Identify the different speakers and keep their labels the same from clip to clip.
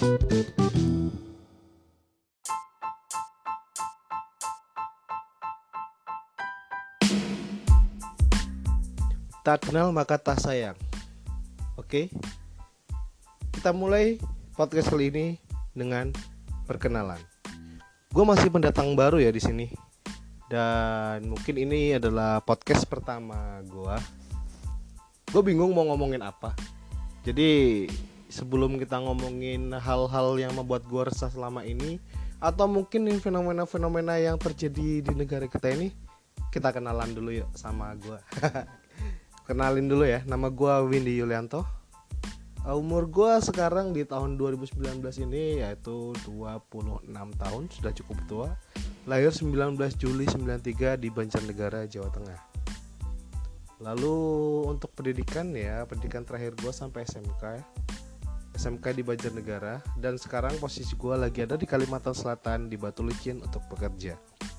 Speaker 1: Tak kenal maka tak sayang. Oke, kita mulai podcast kali ini dengan perkenalan. Gue masih pendatang baru ya di sini, dan mungkin ini adalah podcast pertama gue. Gue bingung mau ngomongin apa. Jadi sebelum kita ngomongin hal-hal yang membuat gue resah selama ini, atau mungkin fenomena-fenomena yang terjadi di negara kita ini, kita kenalan dulu yuk sama gue. Kenalin dulu ya, nama gue Windy Yulianto. Umur gue sekarang di tahun 2019 ini yaitu 26 tahun, sudah cukup tua. Lahir 19 Juli 93 di Banjarnegara, Jawa Tengah. Lalu untuk pendidikan terakhir gue sampai SMK di Banjarnegara. Dan sekarang posisi gue lagi ada di Kalimantan Selatan di Batu Licin untuk bekerja.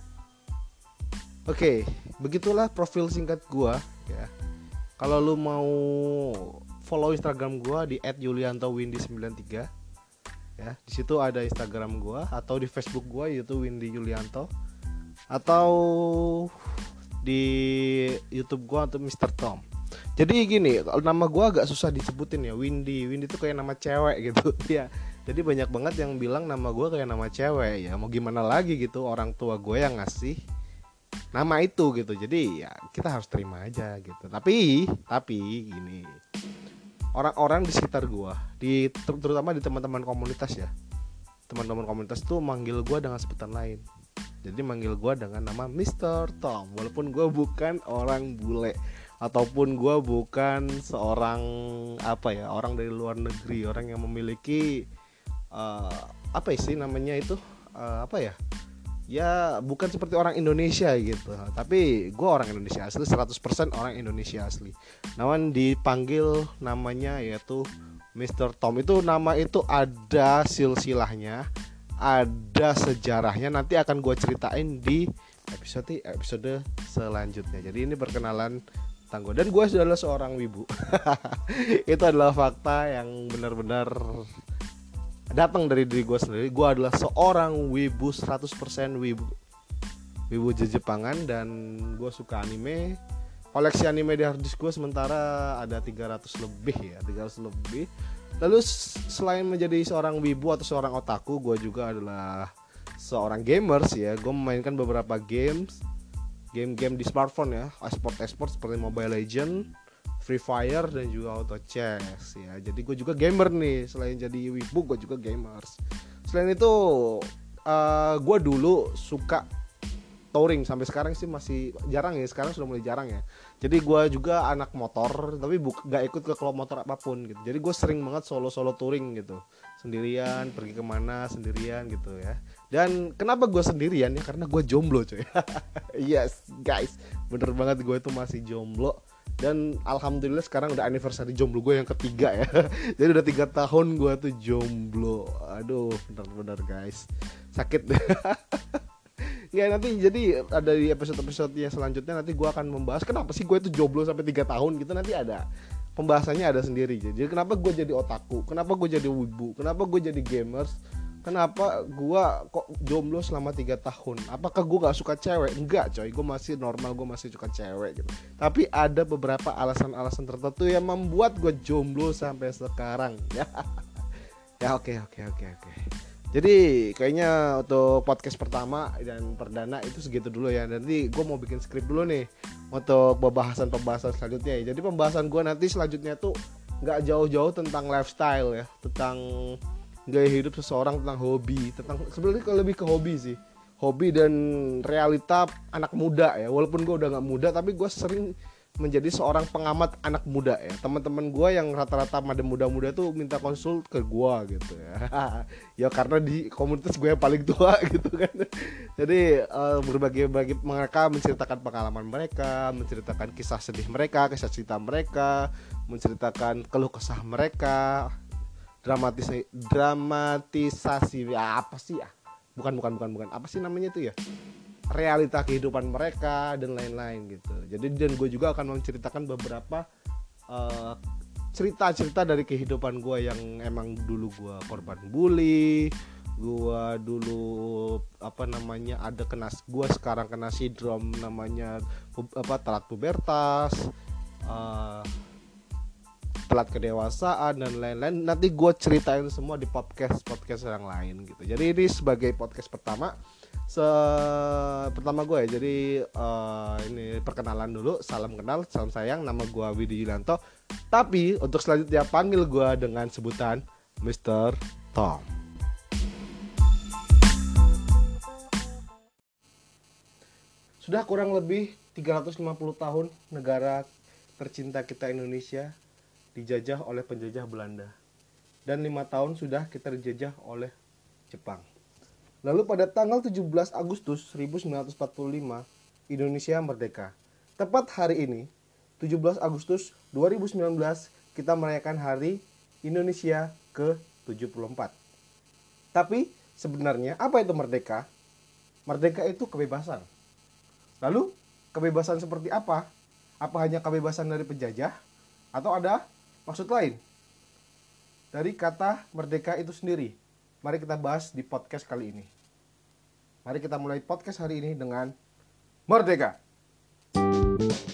Speaker 1: Oke, begitulah profil singkat gue ya. Kalau lu mau follow Instagram gua di @yuliantowindy93 ya, di situ ada Instagram gua, atau di Facebook gua yaitu Windy Yulianto, atau di YouTube gua untuk Mr. Tom. Jadi gini, nama gua agak susah disebutin ya, Windy itu kayak nama cewek gitu ya. Jadi banyak banget yang bilang nama gua kayak nama cewek ya. Mau gimana lagi gitu, orang tua gue yang ngasih nama itu gitu. Jadi ya kita harus terima aja gitu. Tapi gini, orang-orang di sekitar gua, terutama di teman-teman komunitas ya. Teman-teman komunitas tuh manggil gua dengan sebutan lain. Jadi manggil gua dengan nama Mr. Tom, walaupun gua bukan orang bule, ataupun gua bukan seorang orang dari luar negeri, orang yang memiliki ya bukan seperti orang Indonesia gitu. Tapi gue orang Indonesia asli, 100% orang Indonesia asli. Namun dipanggil namanya yaitu Mr. Tom. Itu nama itu ada silsilahnya, ada sejarahnya. Nanti akan gue ceritain di episode selanjutnya. Jadi ini perkenalan tentang gue. Dan gue adalah seorang wibu. Itu adalah fakta yang benar-benar datang dari diri gue sendiri. Gue adalah seorang wibu, 100% wibu Jepangan, dan gue suka anime. Koleksi anime di harddisk gue sementara ada 300 lebih. Lalu selain menjadi seorang wibu atau seorang otaku, gue juga adalah seorang gamers ya. Gue memainkan beberapa game di smartphone ya, esport seperti Mobile Legends, Free Fire, dan juga Auto Chess ya. Jadi gue juga gamer nih. Selain jadi wibu, gue juga gamers. Selain itu gue dulu suka touring. Sampai sekarang sih masih jarang ya. Sekarang sudah mulai jarang ya. Jadi gue juga anak motor, tapi gak ikut ke klub motor apapun gitu. Jadi gue sering banget solo touring gitu, sendirian, pergi kemana sendirian gitu ya. Dan kenapa gue sendirian ya? Karena gue jomblo coy. Yes guys, bener banget, gue itu masih jomblo. Dan alhamdulillah sekarang udah anniversary jomblo gue yang ketiga ya. Jadi udah 3 tahun gue tuh jomblo. Aduh, benar-benar guys, sakit. Ya nanti jadi ada di episode yang selanjutnya, nanti gue akan membahas kenapa sih gue itu jomblo sampai 3 tahun gitu. Nanti ada pembahasannya, ada sendiri. Jadi kenapa gue jadi otaku, kenapa gue jadi wibu, kenapa gue jadi gamers, kenapa gue kok jomblo selama 3 tahun. Apakah gue gak suka cewek? Enggak coy, gue masih normal, gue masih suka cewek gitu. Tapi ada beberapa alasan-alasan tertentu yang membuat gue jomblo sampai sekarang. Ya oke. Jadi kayaknya untuk podcast pertama dan perdana itu segitu dulu ya. Nanti gue mau bikin skrip dulu nih untuk pembahasan selanjutnya ya. Jadi pembahasan gue nanti selanjutnya tuh gak jauh-jauh tentang lifestyle ya, tentang gaya hidup seseorang, tentang hobi, sebenarnya lebih ke hobi sih, hobi dan realita anak muda ya. Walaupun gue udah gak muda, tapi gue sering menjadi seorang pengamat anak muda ya. Teman-teman gue yang rata-rata muda-muda tuh minta konsul ke gue gitu ya. Ya karena di komunitas gue yang paling tua gitu kan. Jadi berbagi mereka menceritakan pengalaman mereka, menceritakan kisah sedih mereka, kisah cinta mereka, menceritakan keluh kesah mereka, dramatisasi apa sih ya? Bukan apa sih namanya itu ya? Realita kehidupan mereka dan lain-lain gitu. Jadi dan gue juga akan menceritakan beberapa cerita-cerita dari kehidupan gue yang emang dulu gue korban bully, gue dulu gue sekarang kena sindrom namanya telat pubertas, telat kedewasaan dan lain-lain. Nanti gue ceritain semua di podcast yang lain gitu. Jadi ini sebagai podcast pertama pertama gue ya. Jadi ini perkenalan dulu, salam kenal, salam sayang. Nama gue Widi Yulianto. Tapi untuk selanjutnya panggil gue dengan sebutan Mr. Tom. Sudah kurang lebih 350 tahun negara tercinta kita Indonesia dijajah oleh penjajah Belanda. Dan 5 tahun sudah kita dijajah oleh Jepang. Lalu pada tanggal 17 Agustus 1945 Indonesia merdeka. Tepat hari ini 17 Agustus 2019 kita merayakan Hari Indonesia ke-74. Tapi sebenarnya apa itu merdeka? Merdeka itu kebebasan. Lalu kebebasan seperti apa? Apa hanya kebebasan dari penjajah? Atau ada maksud lain dari kata merdeka itu sendiri? Mari kita bahas di podcast kali ini. Mari kita mulai podcast hari ini dengan merdeka.